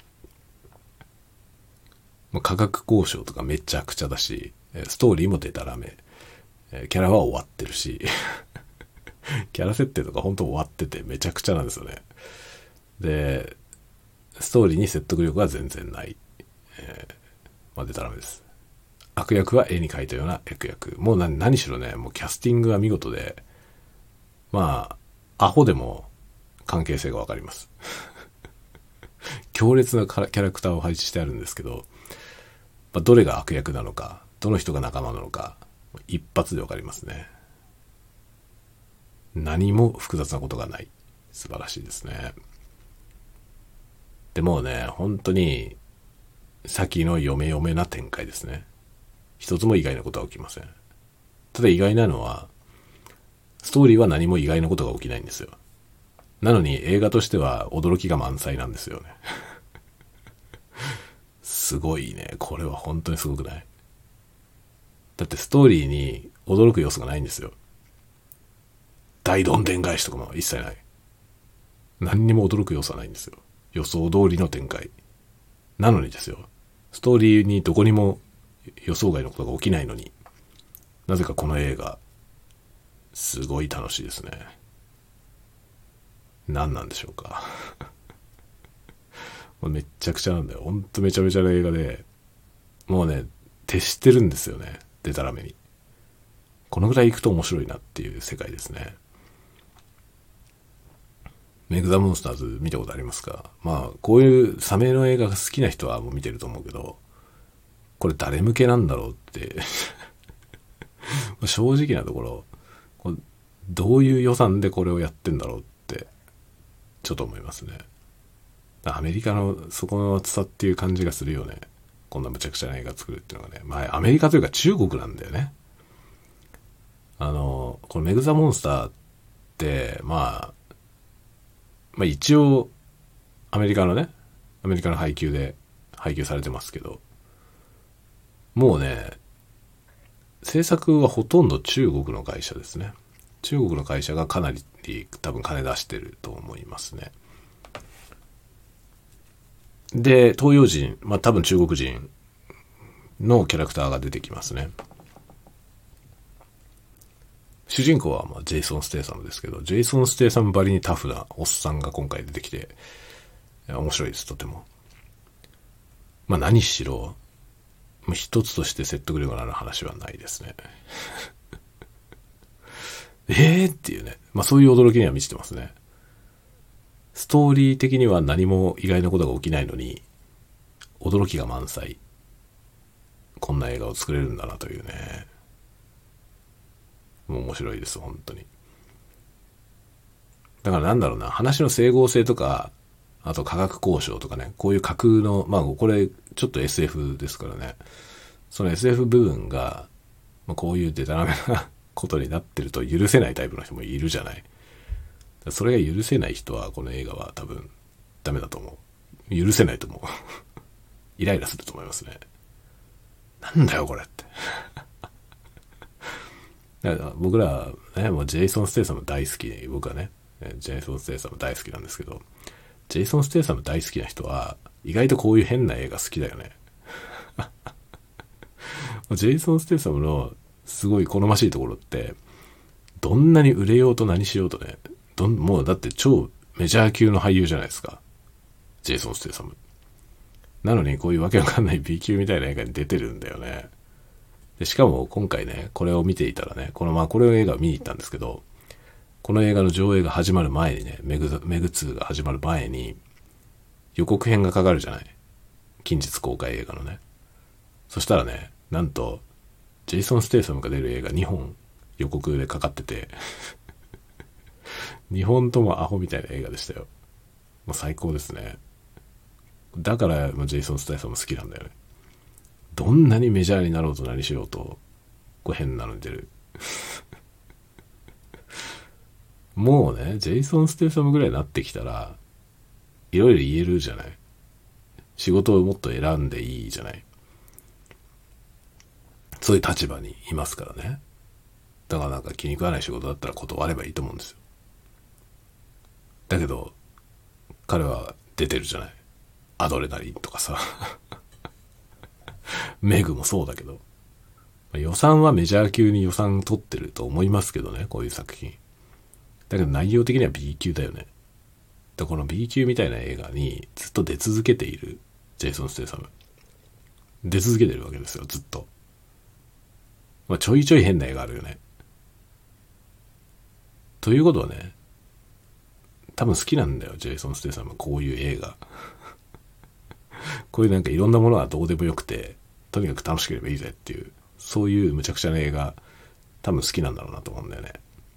もう価格交渉とかめちゃくちゃだし、ストーリーもデタラメ。キャラは終わってるし、キャラ設定とか本当終わっててめちゃくちゃなんですよね。で、ストーリーに説得力は全然ない。まあデタラメです。悪役は絵に描いたような悪役。もう何しろね、もうキャスティングは見事で、まあ、アホでも関係性がわかります。強烈なキャラクターを配置してあるんですけど、まあ、どれが悪役なのか、どの人が仲間なのか、一発でわかりますね。何も複雑なことがない。素晴らしいですね。でもね、本当に、先の読めな展開ですね。一つも意外なことは起きません。ただ意外なのは、ストーリーは何も意外なことが起きないんですよ。なのに映画としては驚きが満載なんですよね。すごいね。これは本当にすごくない？ だってストーリーに驚く要素がないんですよ。大どんでん返しとかも一切ない。何にも驚く要素はないんですよ。予想通りの展開。なのにですよ。ストーリーにどこにも予想外のことが起きないのに、なぜかこの映画、すごい楽しいですね。何なんでしょうか。めっちゃくちゃなんだよ。ほんとめちゃめちゃな映画で、もうね、徹してるんですよね。デタラメに。このぐらい行くと面白いなっていう世界ですね。メグ・ザ・モンスターズ見たことありますか？まあ、こういうサメの映画が好きな人はもう見てると思うけど、これ誰向けなんだろうって正直なところ、どういう予算でこれをやってんだろうってちょっと思いますね。アメリカの底の厚さっていう感じがするよね。こんな無茶苦茶な映画作るっていうのがね。まあアメリカというか中国なんだよね。このメグ・ザ・モンスターって、まあ一応アメリカの配給で配給されてますけど、もうね、制作はほとんど中国の会社ですね。中国の会社がかなり多分金出してると思いますね。で、東洋人、まあ多分中国人のキャラクターが出てきますね。主人公はまあジェイソン・ステイサムですけど、ジェイソン・ステイサムばりにタフなおっさんが今回出てきて、面白いです、とても。まあ何しろ、一つとして説得力のある話はないですね。っていうね。まあそういう驚きには満ちてますね。ストーリー的には何も意外なことが起きないのに、驚きが満載。こんな映画を作れるんだなというね。もう面白いです、本当に。だからなんだろうな、話の整合性とか、あと科学交渉とかね、こういう架空の、まあこれちょっと SF ですからね。その SF 部分が、まあ、こういうデタラメなことになってると許せないタイプの人もいるじゃない。それが許せない人はこの映画は多分ダメだと思う。許せないと思う。イライラすると思いますね。なんだよこれって。だから僕らね、もうジェイソン・ステイサム大好き、僕はね、ジェイソン・ステイサム大好きなんですけど、ジェイソン・ステイサム大好きな人は意外とこういう変な映画好きだよね。ジェイソン・ステイサムのすごい好ましいところって、どんなに売れようと何しようとね、もうだって超メジャー級の俳優じゃないですか。ジェイソン・ステイサム。なのにこういうわけわかんない B 級みたいな映画に出てるんだよね。でしかも今回ね、これを見ていたらね、これを映画を見に行ったんですけど、この映画の上映が始まる前にね、メグ2が始まる前に予告編がかかるじゃない。近日公開映画のね。そしたらね、なんとジェイソン・ステイサムが出る映画2本予告でかかってて2本ともアホみたいな映画でしたよ。もう最高ですね。だからジェイソン・ステイサム好きなんだよね。どんなにメジャーになろうと何しようとこう変なのに出る。もうね、ジェイソン・ステイサムぐらいになってきたらいろいろ言えるじゃない。仕事をもっと選んでいいじゃない。そういう立場にいますからね。だからなんか気に食わない仕事だったら断ればいいと思うんですよ。だけど彼は出てるじゃない。アドレナリンとかさメグもそうだけど、予算はメジャー級に予算取ってると思いますけどね、こういう作品。だけど内容的には B 級だよね。でこの B 級みたいな映画にずっと出続けているジェイソン・ステイサム。出続けてるわけですよ、ずっと。まあちょいちょい変な映画あるよね。ということはね、多分好きなんだよ、ジェイソン・ステイサム。こういう映画。こういうなんかいろんなものはどうでもよくて、とにかく楽しければいいぜっていう、そういう無茶苦茶な映画、多分好きなんだろうなと思うんだよね。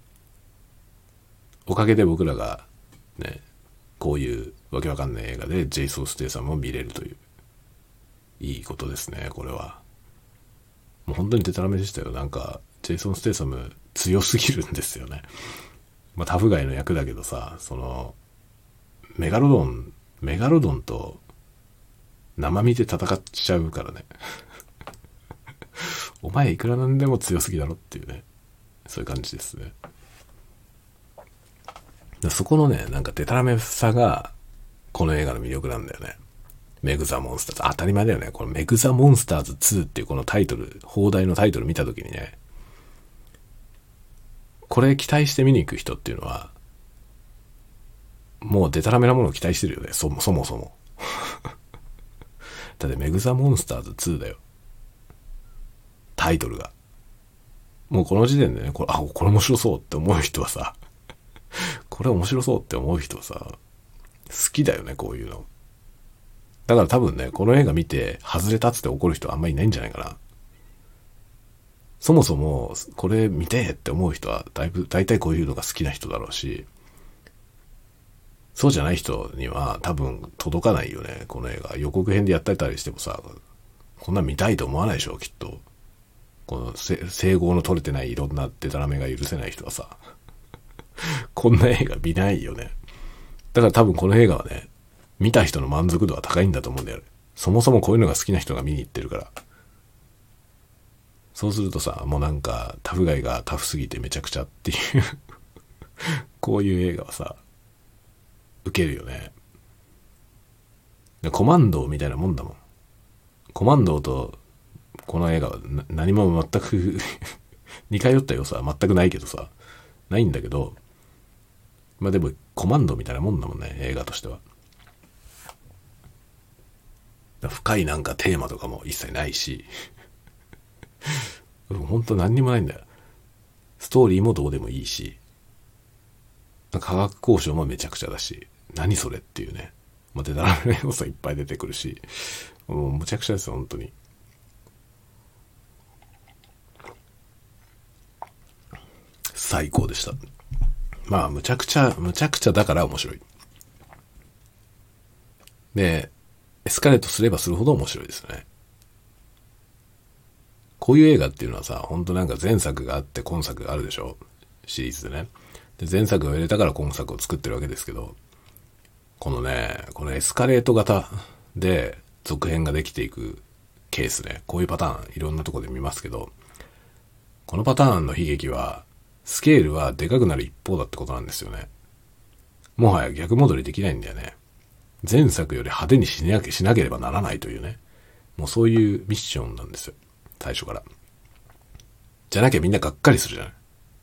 おかげで僕らが、ね、こういうわけわかんない映画でジェイソン・ステイサムを見れるという、いいことですね、これは。もう本当にデタラメでしたよ。なんか、ジェイソン・ステイサム強すぎるんですよね。まあタフガイの役だけどさ、その、メガロドンと生身で戦っちゃうからね。 お前いくらなんでも強すぎだろっていうね、そういう感じですね。そこのね、なんかデタラメさが、この映画の魅力なんだよね。メグザモンスターズ。当たり前だよね。このメグザモンスターズ2っていうこのタイトル、放題のタイトル見たときにね、これ期待して見に行く人っていうのは、もうデタラメなものを期待してるよね。そもそも。だってメグザモンスターズ2だよ。タイトルが。もうこの時点でね、これ面白そうって思う人はさ、これ面白そうって思う人はさ、好きだよね、こういうの。だから多分ね、この映画見て外れたっつって怒る人はあんまりいないんじゃないかな。そもそも、これ見てって思う人は大体こういうのが好きな人だろうし、そうじゃない人には多分届かないよね、この映画。予告編でやってたりしてもさ、こんなん見たいと思わないでしょ、きっと。この整合の取れてないいろんなデタラメが許せない人はさ、こんな映画見ないよね。だから多分この映画はね、見た人の満足度は高いんだと思うんだよ。そもそもこういうのが好きな人が見に行ってるから。そうするとさ、もうなんかタフガイがタフすぎてめちゃくちゃっていうこういう映画はさ、受けるよね。コマンドみたいなもんだもん。コマンドとこの映画は何も全く似通った要素は全くないけどさ、ないんだけど、まあでもコマンドみたいなもんだもんね、映画としては。深いなんかテーマとかも一切ないし本当何にもないんだよ。ストーリーもどうでもいいし、科学交渉もめちゃくちゃだし、何それっていうね、まあ、デタラメ要素いっぱい出てくるし、もうむちゃくちゃですよ、本当に。最高でした。まあ、むちゃくちゃだから面白い。で、エスカレートすればするほど面白いですね。こういう映画っていうのはさ、本当なんか前作があって今作があるでしょ、シリーズでね。で、前作を入れたから今作を作ってるわけですけど、このエスカレート型で続編ができていくケースね。こういうパターンいろんなところで見ますけど、このパターンの悲劇は、スケールはでかくなる一方だってことなんですよね。もはや逆戻りできないんだよね。前作より派手にしなければならないというね。もうそういうミッションなんですよ。最初から。じゃなきゃみんながっかりするじゃない。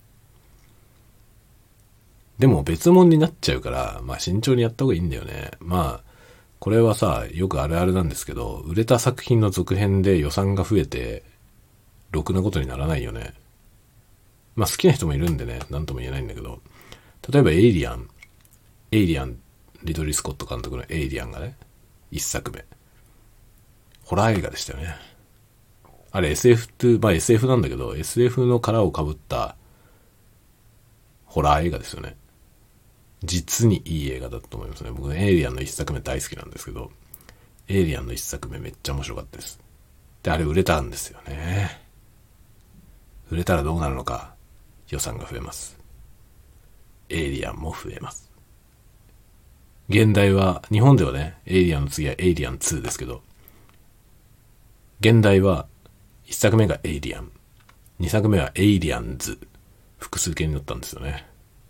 でも別物になっちゃうから、まあ慎重にやった方がいいんだよね。まあ、これはさ、よくあるあるなんですけど、売れた作品の続編で予算が増えて、ろくなことにならないよね。まあ好きな人もいるんでね、なんとも言えないんだけど、例えばエイリアン、リドリー・スコット監督のエイリアンがね、一作目。ホラー映画でしたよね。あれ SF って、まあ SF なんだけど、SF の殻をかぶったホラー映画ですよね。実にいい映画だと思いますね。僕エイリアンの一作目大好きなんですけど、エイリアンの一作目めっちゃ面白かったです。で、あれ売れたんですよね。売れたらどうなるのか、予算が増えます。エイリアンも増えます。現代は、日本ではね、エイリアンの次はエイリアン2ですけど、現代は、一作目がエイリアン、二作目はエイリアンズ、複数形になったんですよね。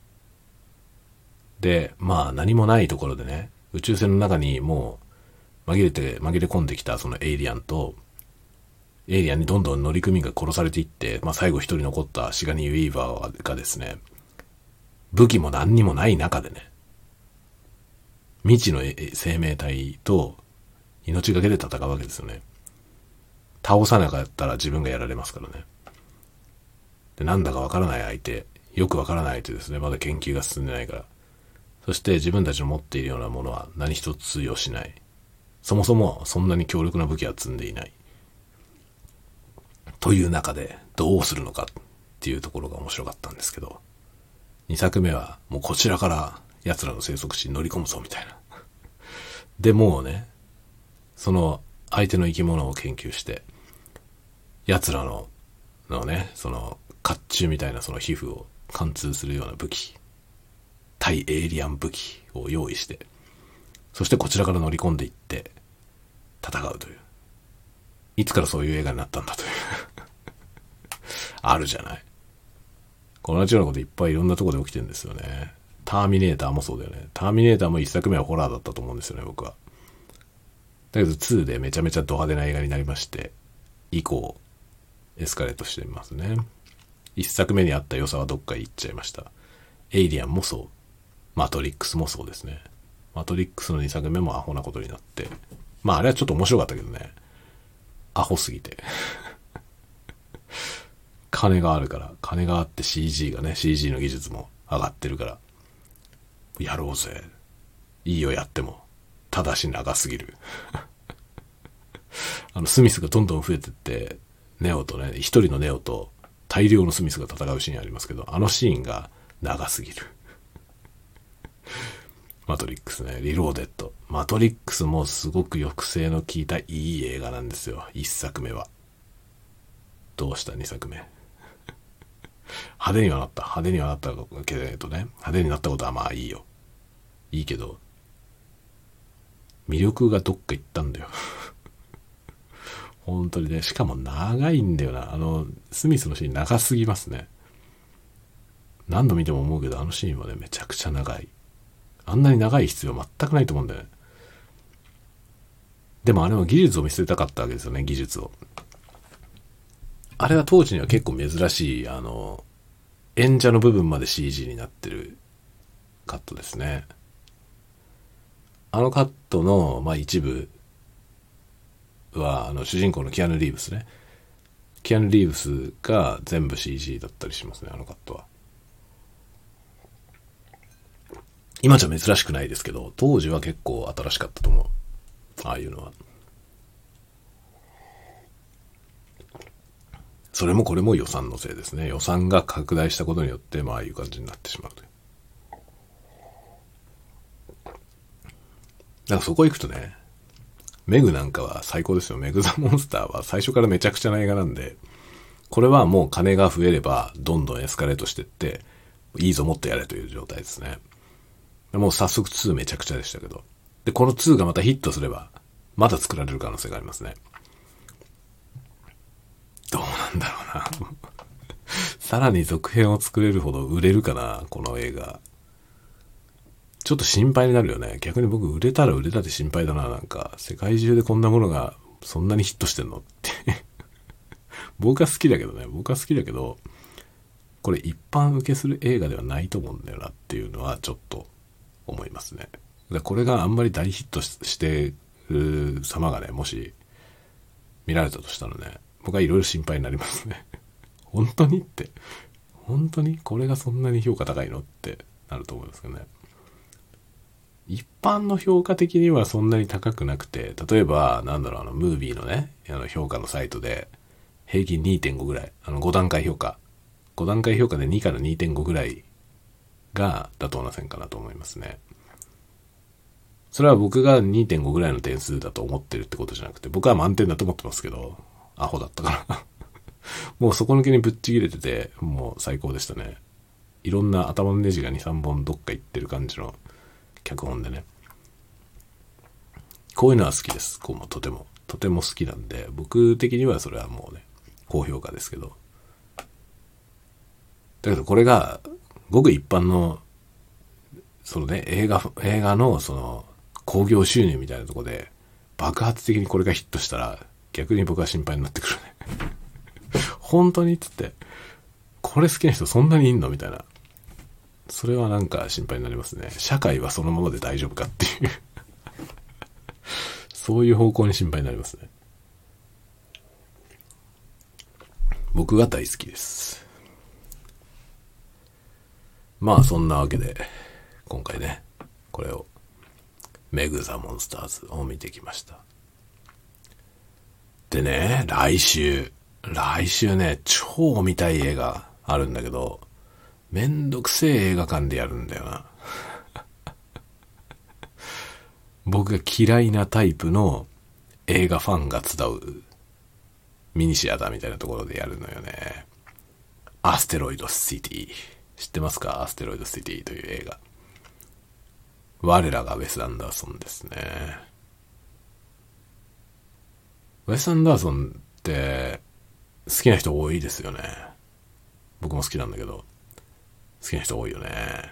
で、まあ何もないところでね、宇宙船の中にもう紛れ込んできたそのエイリアンと、エイリアンにどんどん乗組員が殺されていって、まあ最後一人残ったシガニー・ウィーバーがですね、武器も何にもない中でね、未知の生命体と命がけで戦うわけですよね。倒さなかったら自分がやられますからね。で、なんだかわからない相手、よくわからない相手ですね。まだ研究が進んでないから。そして自分たちの持っているようなものは何一つ通用しない。そもそもそんなに強力な武器は積んでいない。という中でどうするのかっていうところが面白かったんですけど、2作目はもうこちらから奴らの生息地に乗り込むぞみたいな。で、もうね、その相手の生き物を研究して、奴らのね、その甲冑みたいなその皮膚を貫通するような武器、対エイリアン武器を用意して、そしてこちらから乗り込んでいって戦うという。いつからそういう映画になったんだというあるじゃない。同じようなこといっぱいいろんなところで起きてるんですよね。ターミネーターもそうだよね。ターミネーターも一作目はホラーだったと思うんですよね、僕は。だけど2でめちゃめちゃド派手な映画になりまして、以降、エスカレートしていますね。一作目にあった良さはどっかへ行っちゃいました。エイリアンもそう。マトリックスもそうですね。マトリックスの2作目もアホなことになって。まああれはちょっと面白かったけどね。アホすぎて。金があるから。金があって CG がね、CG の技術も上がってるから。やろうぜ。いいよやっても。ただし長すぎる。スミスがどんどん増えてって、ネオとね、一人のネオと大量のスミスが戦うシーンありますけど、あのシーンが長すぎる。マトリックスね、リローデッド。マトリックスもすごく抑制の効いたいい映画なんですよ。一作目は。どうした二作目。派手にはなった。派手にはなったけどね。派手になったことはまあいいよ。いいけど、魅力がどっか行ったんだよ。本当にね。しかも長いんだよな。スミスのシーン長すぎますね。何度見ても思うけど、あのシーンはね、めちゃくちゃ長い。あんなに長い必要全くないと思うんだよね。でもあれは技術を見せたかったわけですよね、技術を。あれは当時には結構珍しい、演者の部分まで CG になってるカットですね。あのカットの、まあ、一部は、主人公のキアヌ・リーブスね。キアヌ・リーブスが全部 CG だったりしますね、あのカットは。今じゃ珍しくないですけど、当時は結構新しかったと思う。ああいうのは。それもこれも予算のせいですね。予算が拡大したことによって、まあああいう感じになってしまうという。だからそこ行くとね、メグなんかは最高ですよ。メグ・ザ・モンスターは最初からめちゃくちゃな映画なんで、これはもう金が増えればどんどんエスカレートしていって、いいぞもっとやれという状態ですね。もう早速2めちゃくちゃでしたけど。で、この2がまたヒットすれば、まだ作られる可能性がありますね。どうなんだろうな。さらに続編を作れるほど売れるかな、この映画。ちょっと心配になるよね。逆に僕売れたら売れたって心配だな。なんか、世界中でこんなものがそんなにヒットしてんのって。僕は好きだけどね。僕は好きだけど、これ一般受けする映画ではないと思うんだよなっていうのはちょっと思いますね。これがあんまり大ヒットしてる様がね、もし見られたとしたらね、僕はいろいろ心配になりますね。本当にって。本当にこれがそんなに評価高いのってなると思いますけどね。一般の評価的にはそんなに高くなくて、例えば、なんだろう、ムービーのね、評価のサイトで、平均 2.5 ぐらい、5段階評価。5段階評価で2から 2.5 ぐらいが妥当な線かなと思いますね。それは僕が 2.5 ぐらいの点数だと思ってるってことじゃなくて、僕は満点だと思ってますけど、アホだったからもう底抜けにぶっちぎれてて、もう最高でしたね。いろんな頭のネジが2、3本どっか行ってる感じの脚本でね。こういうのは好きです。こうもとても好きなんで、僕的にはそれはもうね、高評価ですけど。だけどこれが、ごく一般の、そのね、映画のその、興行収入みたいなところで、爆発的にこれがヒットしたら、逆に僕は心配になってくるね。本当にっつって、これ好きな人そんなにいんのみたいな。それはなんか心配になりますね。社会はそのままで大丈夫かっていうそういう方向に心配になりますね。僕が大好きです。まあそんなわけで今回ね、これをメグ・ザ・モンスターズを見てきました。でね、来週ね、超見たい映画あるんだけど、めんどくせえ映画館でやるんだよな。僕が嫌いなタイプの映画ファンが集うミニシアターみたいなところでやるのよね。アステロイドシティ。知ってますか？アステロイドシティという映画。我らがウェス・アンダーソンですね。ウェス・アンダーソンって好きな人多いですよね。 僕も好きなんだけど、好きな人多いよね。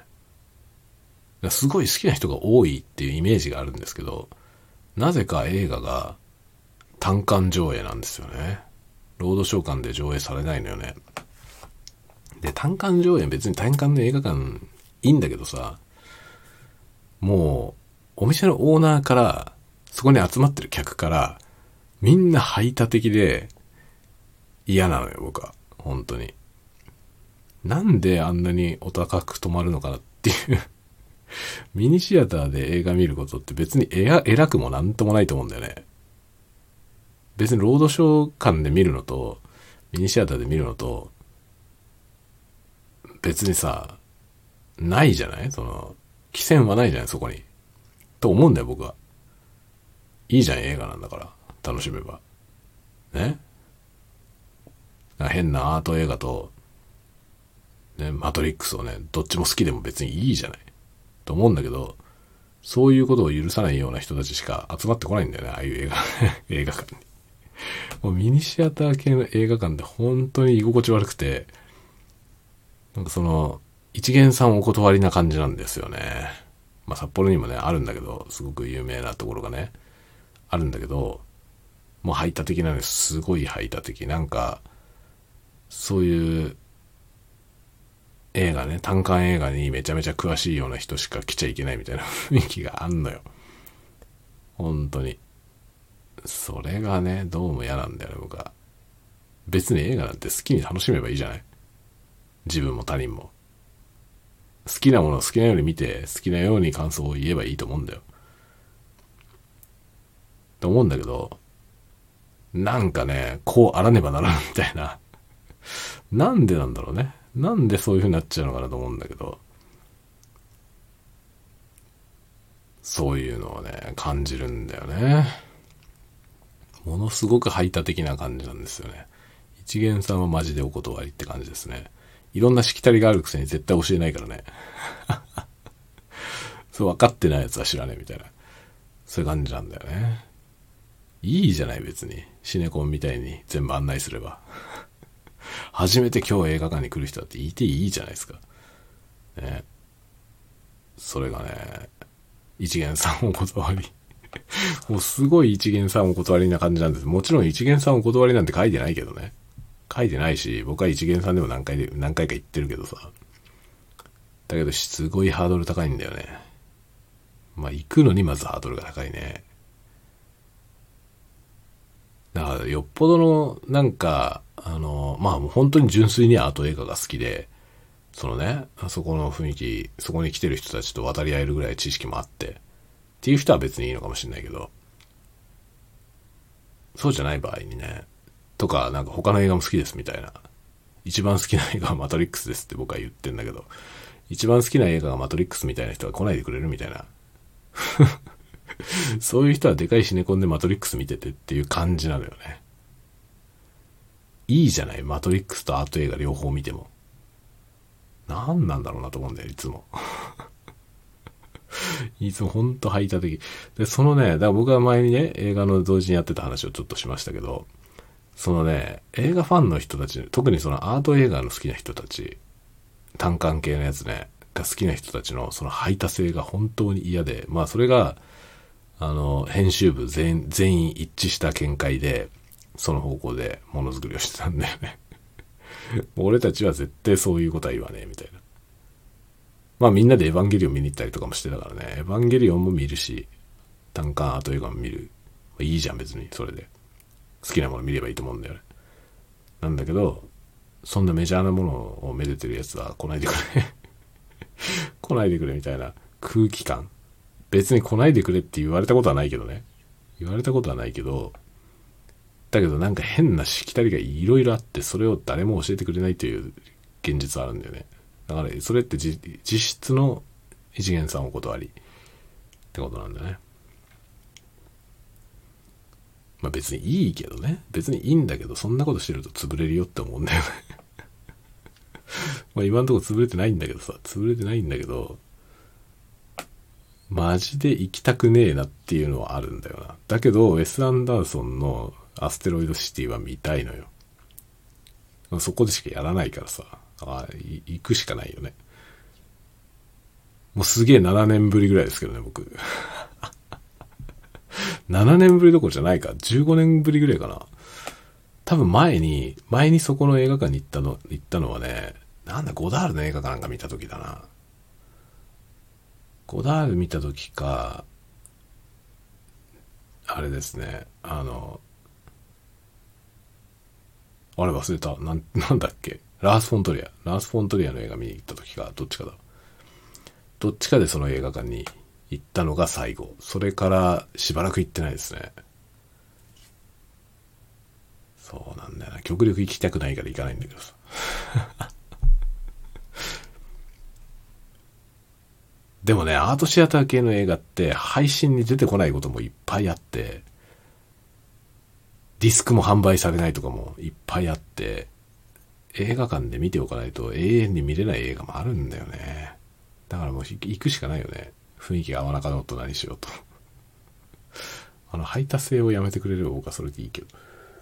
すごい好きな人が多いっていうイメージがあるんですけど、なぜか映画が単館上映なんですよね。ロードショー館で上映されないのよね。で、単館上映、別に単館の映画館いいんだけどさ、もうお店のオーナーから、そこに集まってる客からみんな排他的で嫌なのよ、僕は。本当に。なんであんなにお高く泊まるのかなっていうミニシアターで映画見ることって別に偉くもなんともないと思うんだよね。別にロードショー館で見るのとミニシアターで見るのと別にさ、ないじゃない？その規制はないじゃない、そこに。と思うんだよ、僕は。いいじゃん、映画なんだから。楽しめば。ね？変なアート映画と、ね、マトリックスをね、どっちも好きでも別にいいじゃない。と思うんだけど、そういうことを許さないような人たちしか集まってこないんだよね、ああいう映画館に。もうミニシアター系の映画館って本当に居心地悪くて、なんかその、一元さんお断りな感じなんですよね。まあ札幌にもね、あるんだけど、すごく有名なところがね、あるんだけど、もう排他的なんです。すごい排他的。なんか、そういう映画ね、単館映画にめちゃめちゃ詳しいような人しか来ちゃいけないみたいな雰囲気があんのよ。本当に。それがね、どうも嫌なんだよね、僕は。別に映画なんて好きに楽しめばいいじゃない？自分も他人も。好きなものを好きなように見て、好きなように感想を言えばいいと思うんだよ。と思うんだけど、なんかね、こうあらねばならんみたいな。なんでなんだろうね。なんでそういう風になっちゃうのかなと思うんだけど、そういうのをね、感じるんだよね。ものすごく排他的な感じなんですよね。一元さんはマジでお断りって感じですね。いろんなしきたりがあるくせに絶対教えないからね。そう分かってないやつは知らねえみたいな。そういう感じなんだよね。いいじゃない別に。シネコンみたいに全部案内すれば。初めて今日映画館に来る人だっていていいじゃないですか。ね。それがね、一元さんお断り。もうすごい一元さんお断りな感じなんです。もちろん一元さんお断りなんて書いてないけどね。書いてないし、僕は一元さんでも何回か言ってるけどさ。だけどすごいハードル高いんだよね。まあ行くのにまずハードルが高いね。だからよっぽどのなんか、まあもう本当に純粋にアート映画が好きで、そのね、そこの雰囲気、そこに来てる人たちと渡り合えるぐらい知識もあって、っていう人は別にいいのかもしれないけど、そうじゃない場合にね、とか、なんか他の映画も好きですみたいな。一番好きな映画はマトリックスですって僕は言ってんだけど、一番好きな映画がマトリックスみたいな人は来ないでくれるみたいな。そういう人はでかいシネコンでマトリックス見ててっていう感じなのよね。いいじゃない、マトリックスとアート映画両方見ても。なんなんだろうなと思うんだよ、いつも。いつもほんと排他的。で、そのね、だから僕は前にね、映画の同時にやってた話をちょっとしましたけど、そのね、映画ファンの人たち、特にそのアート映画の好きな人たち、単館系のやつね、が好きな人たちのその排他性が本当に嫌で、まあそれが、編集部全員一致した見解で、その方向でものづくりをしてたんだよね。俺たちは絶対そういうことは言わねえ、みたいな。まあみんなでエヴァンゲリオン見に行ったりとかもしてたからね、エヴァンゲリオンも見るし、単館アート映画も見る。いいじゃん別に、それで。好きなもの見ればいいと思うんだよね。なんだけど、そんなメジャーなものをめでてるやつは来ないでくれ。来ないでくれみたいな空気感。別に来ないでくれって言われたことはないけどね。言われたことはないけど、だけどなんか変なしきたりがいろいろあって、それを誰も教えてくれないという現実はあるんだよね。だからそれって実質の一元さんお断りってことなんだよね。まあ別にいいけどね。別にいいんだけど、そんなことしてると潰れるよって思うんだよね。まあ今のところ潰れてないんだけどさ、潰れてないんだけど、マジで行きたくねえなっていうのはあるんだよな。だけど、ウェス・アンダーソンのアステロイドシティは見たいのよ。そこでしかやらないからさ。 行くしかないよね。もうすげえ7年ぶりぐらいですけどね、僕。7年ぶりどころじゃないか。15年ぶりぐらいかな。多分前にそこの映画館に行ったのはね、なんだ、ゴダールの映画かなんか見た時だな。ゴダール見た時か、あれですね、あれ忘れた。なんだっけ。ラース・フォントリアの映画見に行った時か、どっちかだ。どっちかでその映画館に行ったのが最後。それからしばらく行ってないですね。そうなんだよな。極力行きたくないから行かないんだけどさ。でもね、アートシアター系の映画って配信に出てこないこともいっぱいあって、ディスクも販売されないとかもいっぱいあって、映画館で見ておかないと永遠に見れない映画もあるんだよね。だからもう行くしかないよね。雰囲気が合わなかろうと何しようと。排他性をやめてくれれば僕はそれでいいけど。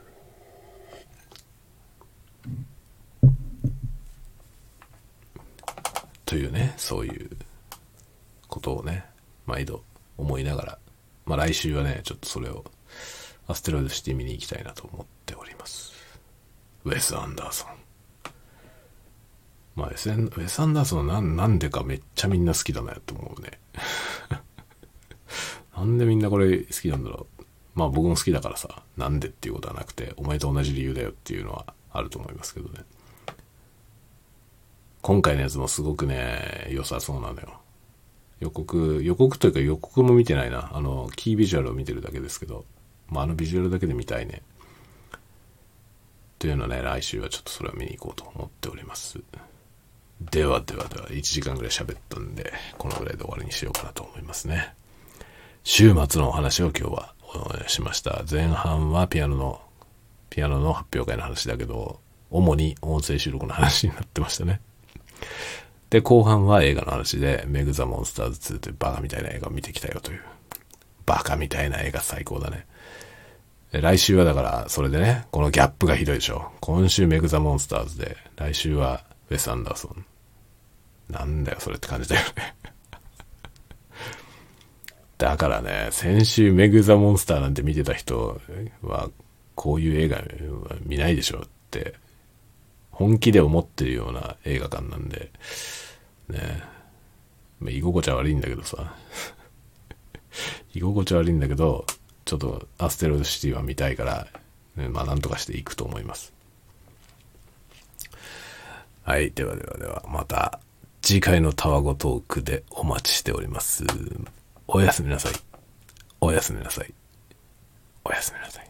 というね、そういうことをね、毎度思いながら、まあ来週はね、ちょっとそれをアステロイドシティ見に行きたいなと思っております。ウェス・アンダーソン。まあ、ウェス・アンダーソンはなんでかめっちゃみんな好きだなと思うね。なんでみんなこれ好きなんだろう。まあ僕も好きだからさ、なんでっていうことはなくて、お前と同じ理由だよっていうのはあると思いますけどね。今回のやつもすごくね、良さそうなのよ。予告というか予告も見てないな。キービジュアルを見てるだけですけど、まあビジュアルだけで見たいね。というのね、来週はちょっとそれを見に行こうと思っております。では、1時間ぐらい喋ったんで、このぐらいで終わりにしようかなと思いますね。週末のお話を今日はしました。前半はピアノの発表会の話だけど、主に音声収録の話になってましたね。で、後半は映画の話で、メグ・ザ・モンスターズ2というバカみたいな映画を見てきたよという。バカみたいな映画最高だね。来週はだから、それでね、このギャップがひどいでしょ。今週メグ・ザ・モンスターズで、来週はウェス・アンダーソン。なんだよ、それって感じだよね。だからね、先週メグ・ザ・モンスターなんて見てた人は、こういう映画は見ないでしょって、本気で思ってるような映画館なんで、ね、居心地は悪いんだけどさ。居心地悪いんだけど、ちょっとアステロイドシティは見たいから、まあなんとかしていくと思います。はい、ではまた次回のタワゴトークでお待ちしております。おやすみなさい。おやすみなさい。おやすみなさい。